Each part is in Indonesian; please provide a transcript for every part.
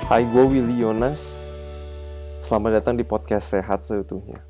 Hai, gue Willy Yonas. Selamat datang di podcast Sehat Seutuhnya.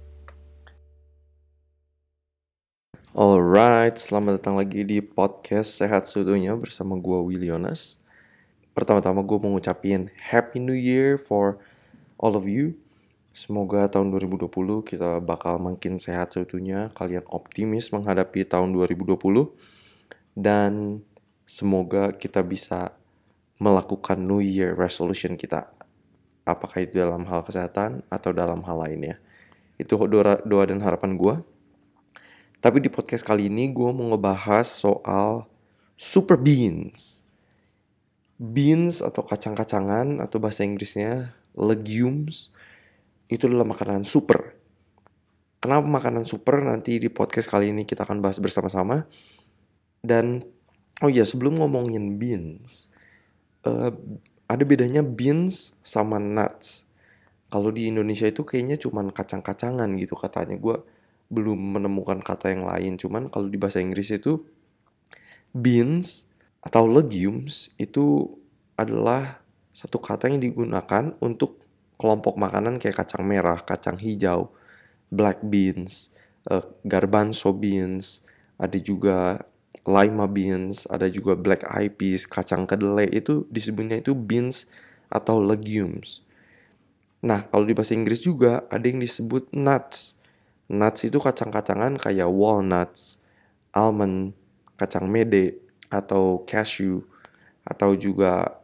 Alright, selamat datang lagi di podcast Sehat Seutuhnya bersama gue Willy Yonas. Pertama-tama gue mau ngucapin Happy New Year for all of you. Semoga tahun 2020 kita bakal makin sehat seutuhnya. Kalian optimis menghadapi tahun 2020. Dan semoga kita bisa melakukan New Year resolution kita. Apakah itu dalam hal kesehatan atau dalam hal lainnya. Itu doa dan harapan gue. Tapi di podcast kali ini gue mau ngebahas soal super beans. Beans atau kacang-kacangan atau bahasa Inggrisnya legumes itu adalah makanan super. Kenapa makanan super? Nanti di podcast kali ini kita akan bahas bersama-sama. Dan oh iya, sebelum ngomongin beans, ada bedanya beans sama nuts. Kalau di Indonesia itu kayaknya cuman kacang-kacangan gitu katanya. Gue belum menemukan kata yang lain. Cuman kalau di bahasa Inggris itu beans atau legumes itu adalah satu kata yang digunakan untuk kelompok makanan kayak kacang merah, kacang hijau, black beans, garbanzo beans, ada juga lima beans, ada juga black eyed peas, kacang kedelai. Itu disebutnya itu beans atau legumes. Nah, kalau di bahasa Inggris juga ada yang disebut nuts. Nuts itu kacang-kacangan kayak walnuts, almond, kacang mede, atau cashew, atau juga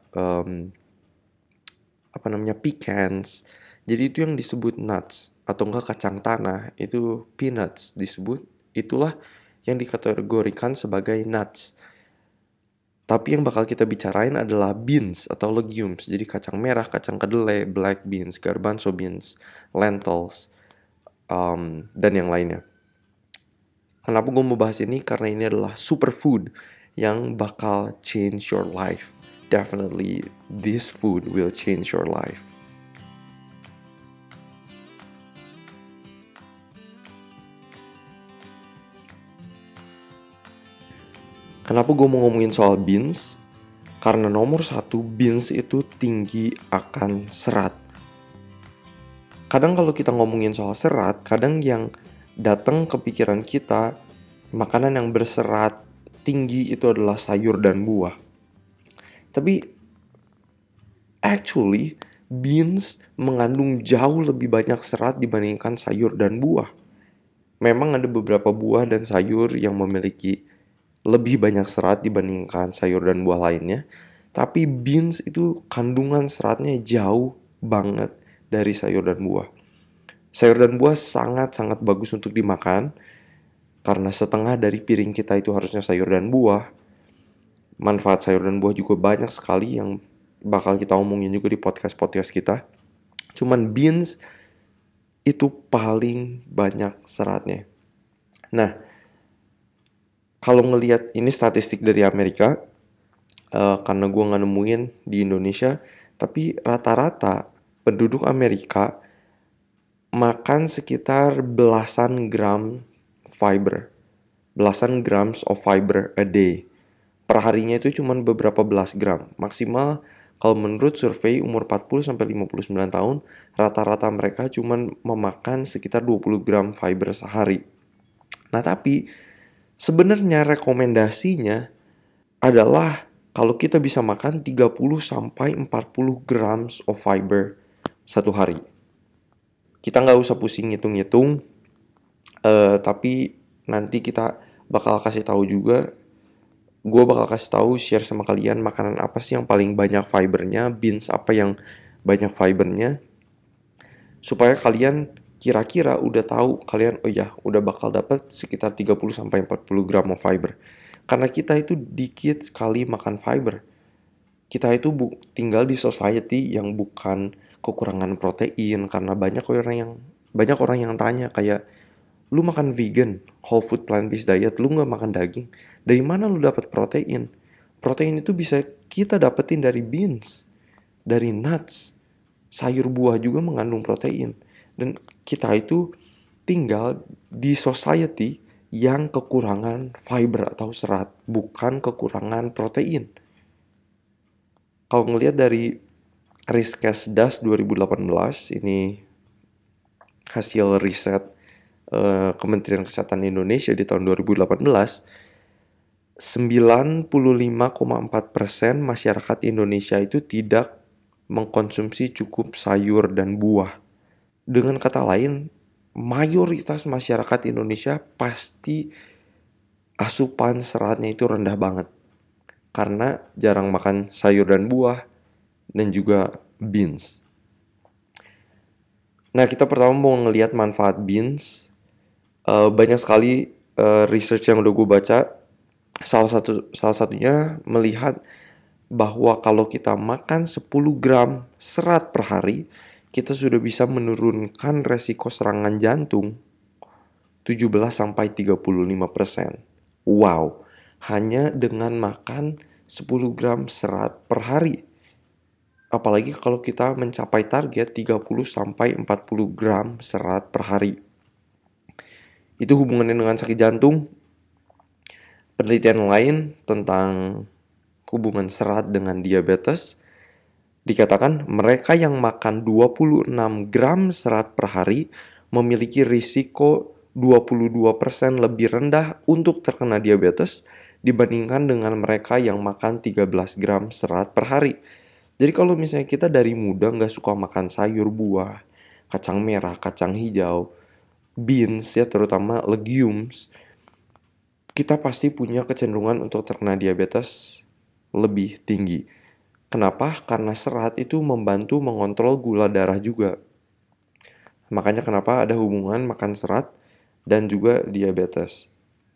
pecans. Jadi itu yang disebut nuts, atau enggak kacang tanah, itu peanuts disebut. Itulah yang dikategorikan sebagai nuts. Tapi yang bakal kita bicarain adalah beans atau legumes. Jadi kacang merah, kacang kedelai, black beans, garbanzo beans, lentils, dan yang lainnya. Kenapa gue mau bahas ini? Karena ini adalah superfood yang bakal change your life. Definitely this food will change your life. Kenapa gue mau ngomongin soal beans? Karena nomor satu, beans itu tinggi akan serat. Kadang kalau kita ngomongin soal serat, kadang yang datang ke pikiran kita, makanan yang berserat tinggi itu adalah sayur dan buah. Tapi actually, beans mengandung jauh lebih banyak serat dibandingkan sayur dan buah. Memang ada beberapa buah dan sayur yang memiliki lebih banyak serat dibandingkan sayur dan buah lainnya. Tapi beans itu kandungan seratnya jauh banget dari sayur dan buah. Sayur dan buah sangat-sangat bagus untuk dimakan. Karena setengah dari piring kita itu harusnya sayur dan buah. Manfaat sayur dan buah juga banyak sekali yang bakal kita omongin juga di podcast-podcast kita. Cuman beans itu paling banyak seratnya. Nah, kalau ngelihat ini statistik dari Amerika, karena gue nggak nemuin di Indonesia, tapi rata-rata penduduk Amerika makan sekitar belasan gram fiber, belasan grams of fiber a day. Perharinya itu cuma beberapa belas gram. Maksimal kalau menurut survei umur 40-59 tahun, rata-rata mereka cuma memakan sekitar 20 gram fiber sehari. Nah tapi sebenarnya rekomendasinya adalah kalau kita bisa makan 30-40 grams of fiber satu hari. Kita nggak usah pusing ngitung-ngitung, tapi nanti kita bakal kasih tahu juga. Gue bakal kasih tahu, share sama kalian makanan apa sih yang paling banyak fibernya, beans apa yang banyak fibernya, supaya kalian kira-kira udah tahu kalian udah bakal dapat sekitar 30-40 gram of fiber. Karena kita itu dikit sekali makan fiber. Kita itu tinggal di society yang bukan kekurangan protein, karena banyak orang yang tanya kayak, lu makan vegan, whole food plant-based diet, lu nggak makan daging. Dari mana lu dapat protein? Protein itu bisa kita dapetin dari beans, dari nuts. Sayur buah juga mengandung protein. Dan kita itu tinggal di society yang kekurangan fiber atau serat, bukan kekurangan protein. Kalau ngelihat dari Riskesdas 2018, ini hasil riset Kementerian Kesehatan Indonesia di tahun 2018, 95,4% masyarakat Indonesia itu tidak mengkonsumsi cukup sayur dan buah. Dengan kata lain, mayoritas masyarakat Indonesia pasti asupan seratnya itu rendah banget. Karena jarang makan sayur dan buah dan juga beans. Nah, kita pertama mau ngelihat manfaat beans. Banyak sekali research yang udah gue baca. Salah satunya melihat bahwa kalau kita makan 10 gram serat per hari, kita sudah bisa menurunkan resiko serangan jantung 17-35%. Wow, hanya dengan makan 10 gram serat per hari. Apalagi kalau kita mencapai target 30-40 gram serat per hari. Itu hubungannya dengan sakit jantung. Penelitian lain tentang hubungan serat dengan diabetes dikatakan mereka yang makan 26 gram serat per hari memiliki risiko 22% lebih rendah untuk terkena diabetes dibandingkan dengan mereka yang makan 13 gram serat per hari. Jadi kalau misalnya kita dari muda nggak suka makan sayur, buah, kacang merah, kacang hijau, beans ya, terutama legumes, kita pasti punya kecenderungan untuk terkena diabetes lebih tinggi. Kenapa? Karena serat itu membantu mengontrol gula darah juga. Makanya kenapa ada hubungan makan serat dan juga diabetes.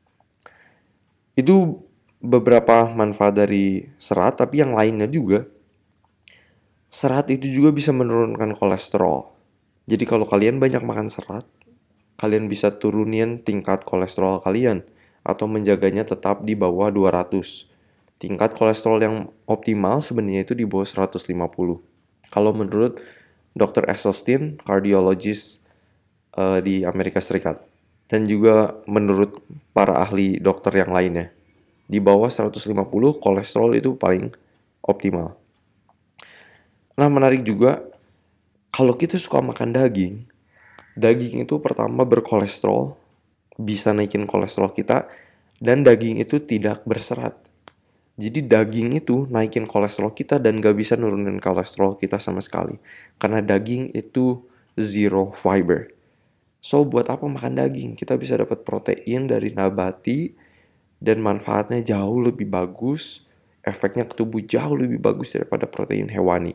Itu beberapa manfaat dari serat, tapi yang lainnya juga. Serat itu juga bisa menurunkan kolesterol. Jadi kalau kalian banyak makan serat, kalian bisa turunin tingkat kolesterol kalian atau menjaganya tetap di bawah 200. Tingkat kolesterol yang optimal sebenarnya itu di bawah 150. Kalau menurut Dr. Esselstyn, kardiologis di Amerika Serikat. Dan juga menurut para ahli dokter yang lainnya. Di bawah 150 kolesterol itu paling optimal. Nah, menarik juga kalau kita suka makan daging, daging itu pertama berkolesterol, bisa naikin kolesterol kita, dan daging itu tidak berserat. Jadi daging itu naikin kolesterol kita dan gak bisa nurunin kolesterol kita sama sekali. Karena daging itu zero fiber. So buat apa makan daging? Kita bisa dapat protein dari nabati dan manfaatnya jauh lebih bagus. Efeknya ke tubuh jauh lebih bagus daripada protein hewani.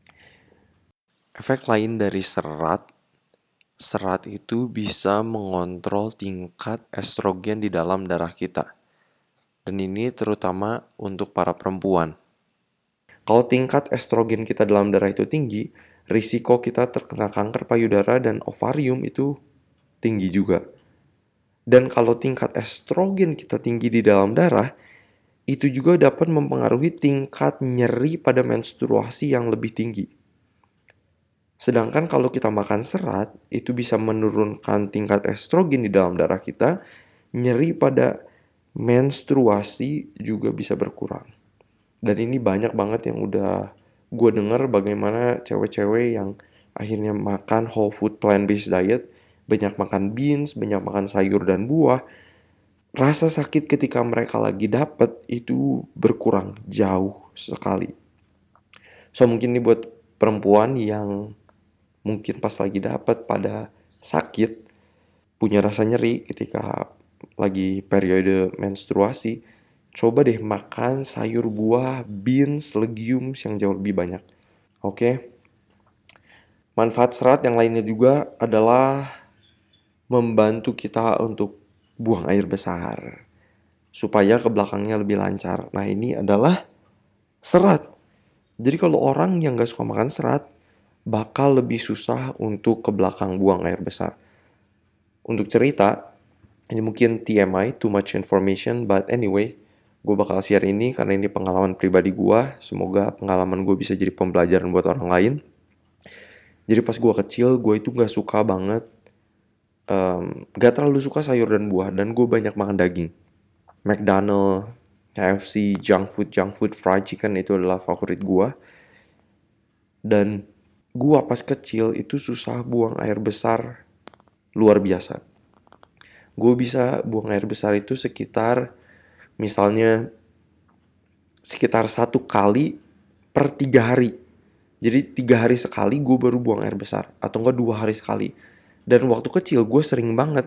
Efek lain dari serat itu bisa mengontrol tingkat estrogen di dalam darah kita. Dan ini terutama untuk para perempuan. Kalau tingkat estrogen kita dalam darah itu tinggi, risiko kita terkena kanker payudara dan ovarium itu tinggi juga. Dan kalau tingkat estrogen kita tinggi di dalam darah, itu juga dapat mempengaruhi tingkat nyeri pada menstruasi yang lebih tinggi. Sedangkan kalau kita makan serat, itu bisa menurunkan tingkat estrogen di dalam darah kita, nyeri pada menstruasi juga bisa berkurang. Dan ini banyak banget yang udah gue denger bagaimana cewek-cewek yang akhirnya makan whole food plant-based diet, banyak makan beans, banyak makan sayur dan buah, rasa sakit ketika mereka lagi dapet itu berkurang jauh sekali. So mungkin ini buat perempuan yang mungkin pas lagi dapet pada sakit, punya rasa nyeri ketika lagi periode menstruasi, coba deh makan sayur, buah, beans, legumes yang jauh lebih banyak. Oke? Manfaat serat yang lainnya juga adalah membantu kita untuk buang air besar supaya ke belakangnya lebih lancar. Nah, ini adalah serat. Jadi kalau orang yang gak suka makan serat, bakal lebih susah untuk ke belakang buang air besar. Untuk cerita, ini mungkin TMI, too much information, but anyway, gue bakal share ini karena ini pengalaman pribadi gue. Semoga pengalaman gue bisa jadi pembelajaran buat orang lain. Jadi pas gue kecil, gue itu gak suka banget, gak terlalu suka sayur dan buah, dan gue banyak makan daging. McDonald, KFC, junk food, fried chicken itu adalah favorit gue. Dan gua pas kecil itu susah buang air besar luar biasa. Gue bisa buang air besar itu sekitar, misalnya sekitar 1 kali per 3 hari. Jadi 3 hari sekali gue baru buang air besar, atau enggak 2 hari sekali. Dan waktu kecil gue sering banget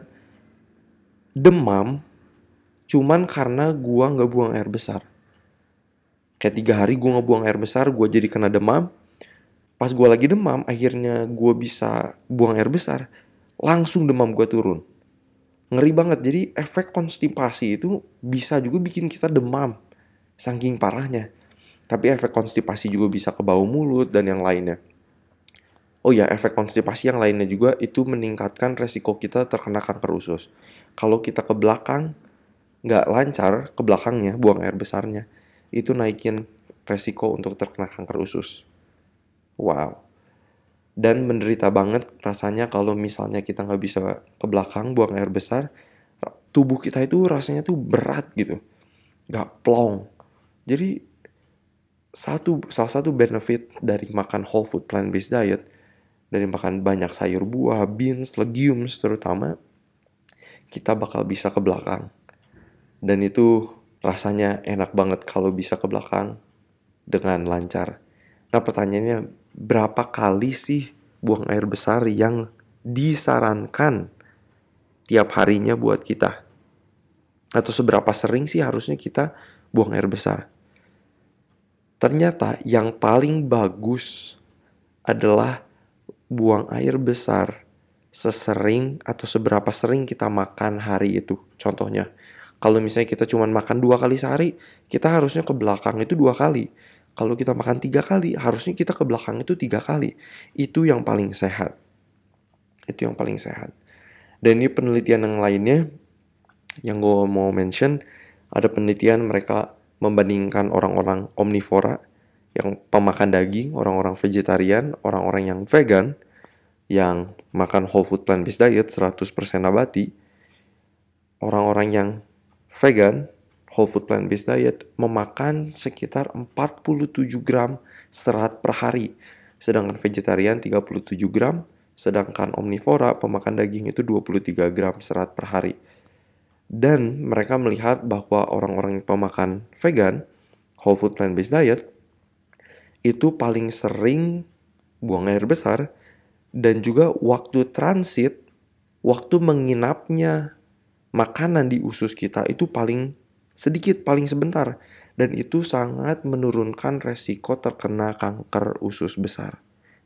demam, cuman karena gue nggak buang air besar. Kayak 3 hari gue nggak buang air besar, gue jadi kena demam. Pas gue lagi demam, akhirnya gue bisa buang air besar, langsung demam gue turun. Ngeri banget. Jadi efek konstipasi itu bisa juga bikin kita demam, saking parahnya. Tapi efek konstipasi juga bisa ke bau mulut dan yang lainnya. Oh ya, efek konstipasi yang lainnya juga itu meningkatkan resiko kita terkena kanker usus. Kalau kita ke belakang, nggak lancar ke belakangnya, buang air besarnya, itu naikin resiko untuk terkena kanker usus. Wow. Dan menderita banget rasanya kalau misalnya kita nggak bisa ke belakang buang air besar, tubuh kita itu rasanya tuh berat gitu, nggak plong. Jadi salah satu benefit dari makan whole food plant-based diet, dari makan banyak sayur buah, beans, legumes terutama, kita bakal bisa ke belakang. Dan itu rasanya enak banget kalau bisa ke belakang dengan lancar. Nah pertanyaannya, berapa kali sih buang air besar yang disarankan tiap harinya buat kita? Atau seberapa sering sih harusnya kita buang air besar? Ternyata yang paling bagus adalah buang air besar sesering atau seberapa sering kita makan hari itu. Contohnya, kalau misalnya kita cuma makan 2 kali sehari, kita harusnya ke belakang itu 2 kali. Kalau kita makan 3 kali, harusnya kita ke belakang itu 3 kali. Itu yang paling sehat. Itu yang paling sehat. Dan ini penelitian yang lainnya yang gue mau mention, ada penelitian mereka membandingkan orang-orang omnivora yang pemakan daging, orang-orang vegetarian, orang-orang yang vegan, yang makan whole food plant-based diet 100% nabati. Orang-orang yang vegan, whole food plant-based diet, memakan sekitar 47 gram serat per hari. Sedangkan vegetarian 37 gram, sedangkan omnivora, pemakan daging itu 23 gram serat per hari. Dan mereka melihat bahwa orang-orang yang pemakan vegan, whole food plant-based diet, itu paling sering buang air besar, dan juga waktu transit, waktu menginapnya makanan di usus kita itu paling sedikit, paling sebentar. Dan itu sangat menurunkan resiko terkena kanker usus besar.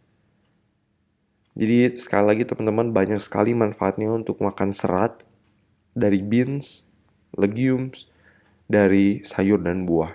Jadi sekali lagi teman-teman, banyak sekali manfaatnya untuk makan serat dari beans, legumes, dari sayur dan buah.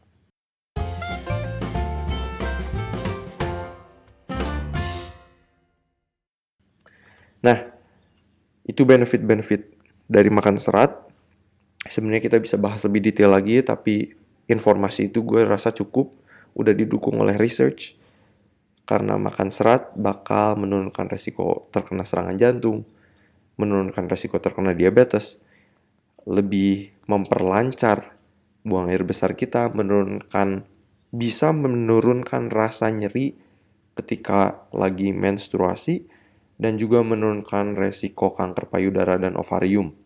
Nah, itu benefit-benefit dari makan serat. Sebenarnya kita bisa bahas lebih detail lagi, tapi informasi itu gue rasa cukup, udah didukung oleh research. Karena makan serat bakal menurunkan resiko terkena serangan jantung, menurunkan resiko terkena diabetes, lebih memperlancar buang air besar kita, bisa menurunkan rasa nyeri ketika lagi menstruasi, dan juga menurunkan resiko kanker payudara dan ovarium.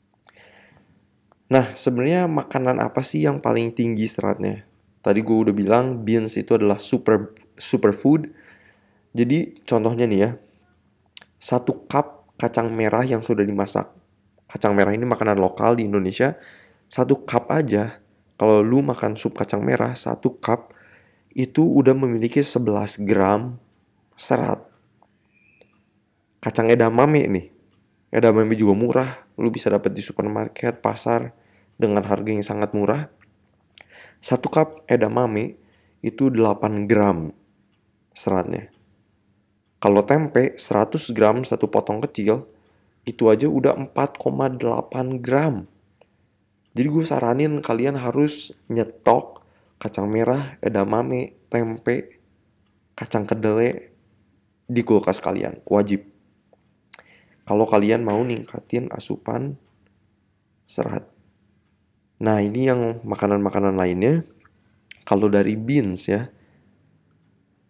Nah, sebenarnya makanan apa sih yang paling tinggi seratnya? Tadi gue udah bilang beans itu adalah superfood. Jadi contohnya nih ya, 1 cup kacang merah yang sudah dimasak. Kacang merah ini makanan lokal di Indonesia. 1 cup aja, kalau lu makan sup kacang merah, 1 cup itu udah memiliki 11 gram serat. Kacang edamame nih. Edamame juga murah. Lu bisa dapat di supermarket, pasar dengan harga yang sangat murah. 1 cup edamame itu 8 gram seratnya. Kalau tempe 100 gram satu potong kecil, itu aja udah 4,8 gram. Jadi gue saranin kalian harus nyetok kacang merah, edamame, tempe, kacang kedelai di kulkas kalian. Wajib. Kalau kalian mau ningkatin asupan serat. Nah ini yang makanan-makanan lainnya. Kalau dari beans ya,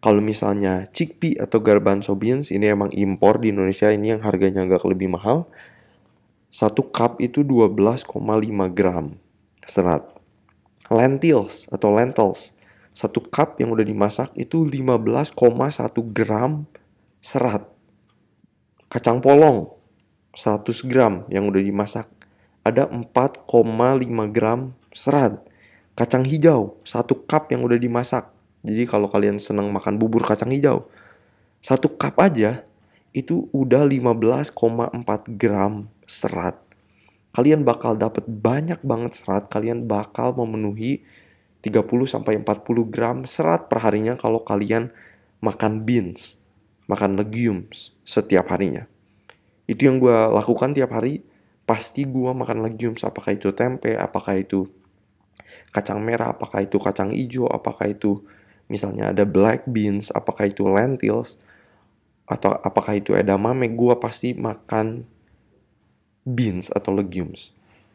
Kalau misalnya chickpea atau garbanzo beans, ini emang impor di Indonesia, ini yang harganya agak lebih mahal. 1 cup itu 12,5 gram serat. Lentils atau lentils, 1 cup yang udah dimasak itu 15,1 gram serat. Kacang polong 100 gram yang udah dimasak ada 4,5 gram serat. Kacang hijau 1 cup yang udah dimasak. Jadi kalau kalian senang makan bubur kacang hijau, 1 cup aja itu udah 15,4 gram serat. Kalian bakal dapat banyak banget serat, kalian bakal memenuhi 30-40 gram serat per harinya kalau kalian makan beans, makan legumes setiap harinya. Itu yang gue lakukan tiap hari. Pasti gue makan legumes, apakah itu tempe, apakah itu kacang merah, apakah itu kacang hijau, apakah itu misalnya ada black beans, apakah itu lentils, atau apakah itu edamame. Gue pasti makan beans atau legumes.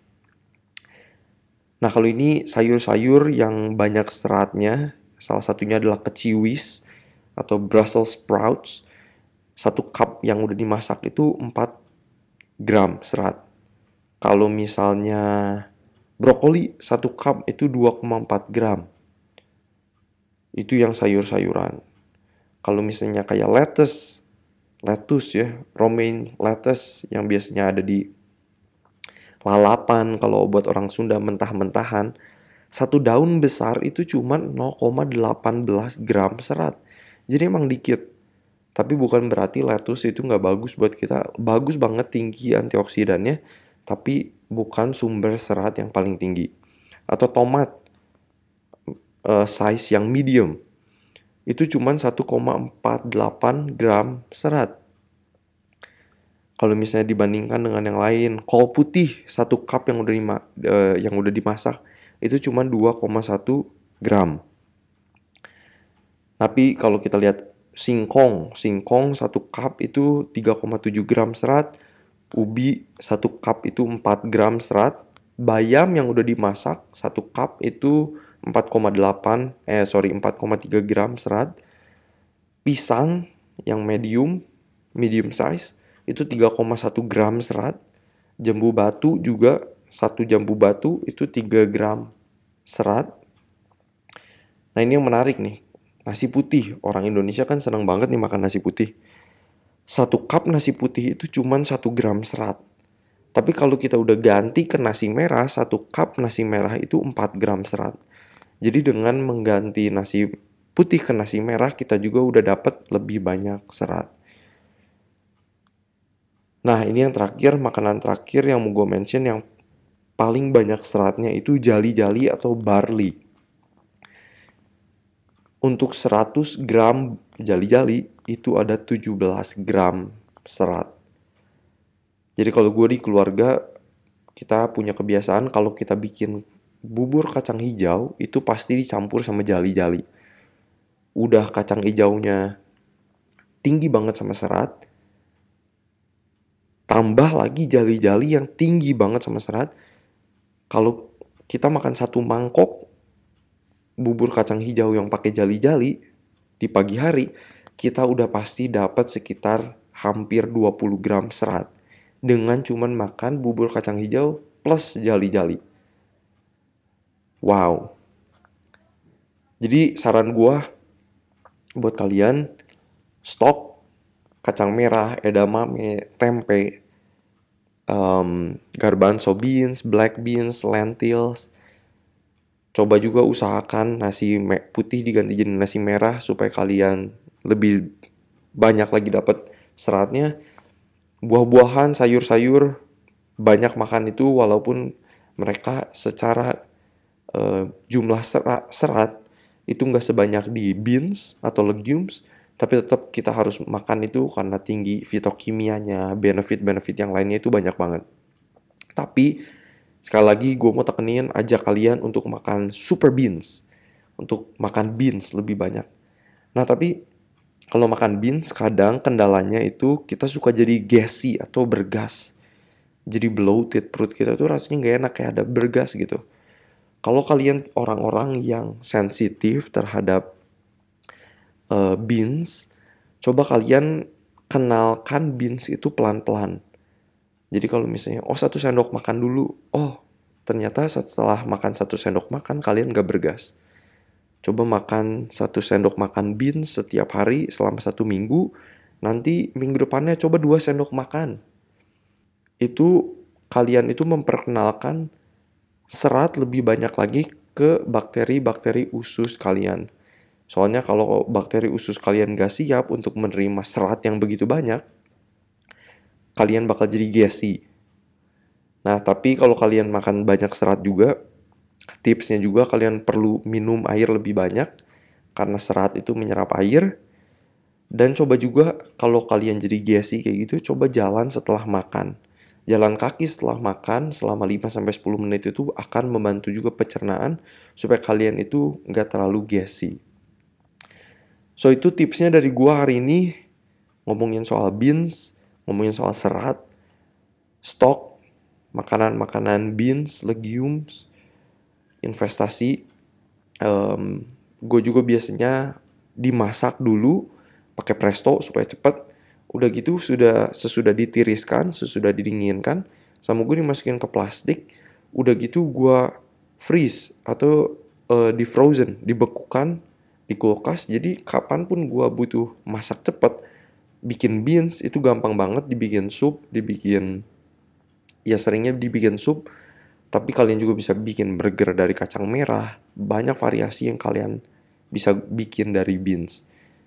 Nah, kalau ini sayur-sayur yang banyak seratnya, salah satunya adalah keciwis atau Brussels sprouts. 1 cup yang udah dimasak itu 4 gram serat. Kalau misalnya brokoli 1 cup itu 2,4 gram. Itu yang sayur-sayuran. Kalau misalnya kayak lettuce ya, romaine lettuce yang biasanya ada di lalapan kalau buat orang Sunda mentah-mentahan, 1 daun besar itu cuma 0,18 gram serat. Jadi emang dikit. Tapi bukan berarti lettuce itu nggak bagus buat kita. Bagus banget, tinggi antioksidannya, tapi bukan sumber serat yang paling tinggi. Atau tomat size yang medium itu cuma 1,48 gram serat. Kalau misalnya dibandingkan dengan yang lain, kol putih 1 cup yang udah dimasak itu cuma 2,1 gram. Tapi kalau kita lihat singkong 1 cup itu 3,7 gram serat, ubi 1 cup itu 4 gram serat, bayam yang udah dimasak 1 cup itu 4,3 gram serat, pisang yang medium size itu 3,1 gram serat, jambu batu juga 1 jambu batu itu 3 gram serat. Nah, ini yang menarik nih. Nasi putih, orang Indonesia kan senang banget nih makan nasi putih. 1 cup nasi putih itu cuma 1 gram serat. Tapi kalau kita udah ganti ke nasi merah, 1 cup nasi merah itu 4 gram serat. Jadi dengan mengganti nasi putih ke nasi merah, kita juga udah dapat lebih banyak serat. Nah, ini yang terakhir, makanan terakhir yang mau gue mention yang paling banyak seratnya itu jali-jali atau barley. Untuk 100 gram jali-jali itu ada 17 gram serat. Jadi kalau gue di keluarga, kita punya kebiasaan kalau kita bikin bubur kacang hijau itu pasti dicampur sama jali-jali. Udah kacang hijaunya tinggi banget sama serat, tambah lagi jali-jali yang tinggi banget sama serat. Kalau kita makan 1 mangkok bubur kacang hijau yang pakai jali-jali di pagi hari, kita udah pasti dapat sekitar hampir 20 gram serat dengan cuman makan bubur kacang hijau plus jali-jali. Wow. Jadi saran gua buat kalian, stok kacang merah, edamame, tempe, garbanzo beans, black beans, lentils. Coba juga usahakan nasi putih diganti jadi nasi merah supaya kalian lebih banyak lagi dapat seratnya. Buah-buahan, sayur-sayur, banyak makan itu walaupun mereka secara jumlah serat itu nggak sebanyak di beans atau legumes, tapi tetap kita harus makan itu karena tinggi fitokimianya, benefit-benefit yang lainnya itu banyak banget. Tapi sekali lagi gue mau tekenin ajak kalian untuk makan super beans, untuk makan beans lebih banyak. Nah, tapi kalau makan beans kadang kendalanya itu kita suka jadi gassy atau bergas. Jadi bloated, perut kita tuh rasanya gak enak, kayak ada bergas gitu. Kalau kalian orang-orang yang sensitif terhadap beans, coba kalian kenalkan beans itu pelan-pelan. Jadi kalau misalnya, 1 sendok makan dulu. Ternyata setelah makan 1 sendok makan, kalian gak bergas. Coba makan 1 sendok makan beans setiap hari selama 1 minggu. Nanti minggu depannya coba 2 sendok makan. Itu kalian itu memperkenalkan serat lebih banyak lagi ke bakteri-bakteri usus kalian. Soalnya kalau bakteri usus kalian gak siap untuk menerima serat yang begitu banyak, kalian bakal jadi gassy. Nah, tapi kalau kalian makan banyak serat juga, tipsnya juga kalian perlu minum air lebih banyak, karena serat itu menyerap air. Dan coba juga kalau kalian jadi gassy kayak gitu, coba jalan setelah makan. Jalan kaki setelah makan selama 5-10 menit itu akan membantu juga pencernaan, supaya kalian itu nggak terlalu gassy. So itu tipsnya dari gua hari ini, ngomongin soal beans, ngomongin soal serat, stok, makanan-makanan beans, legumes, investasi. Gue juga biasanya dimasak dulu pakai presto supaya cepet. Udah gitu sesudah ditiriskan, sesudah didinginkan, sama gue dimasukin ke plastik. Udah gitu gue freeze atau di frozen, dibekukan di kulkas. Jadi kapanpun gue butuh masak cepet, bikin beans itu gampang banget, dibikin sup, seringnya dibikin sup. Tapi kalian juga bisa bikin burger dari kacang merah. Banyak variasi yang kalian bisa bikin dari beans.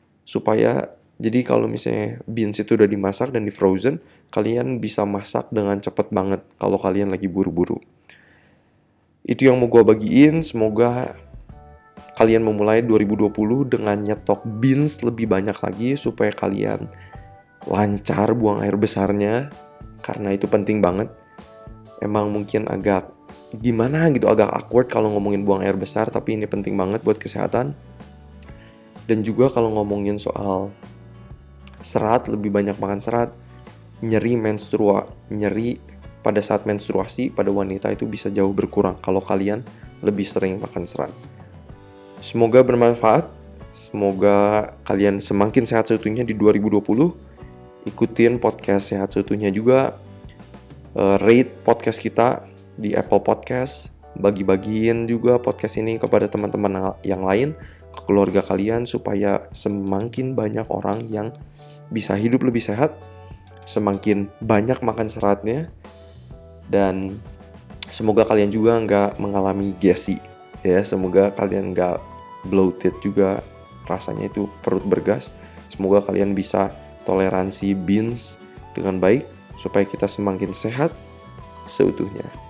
Jadi kalau misalnya beans itu udah dimasak dan di frozen, kalian bisa masak dengan cepet banget kalau kalian lagi buru-buru. Itu yang mau gue bagiin. Semoga kalian memulai 2020 dengan nyetok beans lebih banyak lagi, supaya kalian lancar buang air besarnya, karena itu penting banget. Emang mungkin agak agak awkward kalau ngomongin buang air besar, tapi ini penting banget buat kesehatan. Dan juga kalau ngomongin soal serat, lebih banyak makan serat. Nyeri pada saat menstruasi pada wanita itu bisa jauh berkurang kalau kalian lebih sering makan serat. Semoga bermanfaat. Semoga kalian semakin sehat seutuhnya di 2020. Ikutin podcast Sehat Seutuhnya juga. Rate podcast kita di Apple Podcast. Bagi-bagiin juga podcast ini kepada teman-teman yang lain, ke keluarga kalian, supaya semakin banyak orang yang bisa hidup lebih sehat, semakin banyak makan seratnya, dan semoga kalian juga nggak mengalami gassy. Semoga kalian nggak bloated juga, rasanya itu perut bergas. Semoga kalian bisa toleransi beans dengan baik, supaya kita semakin sehat seutuhnya.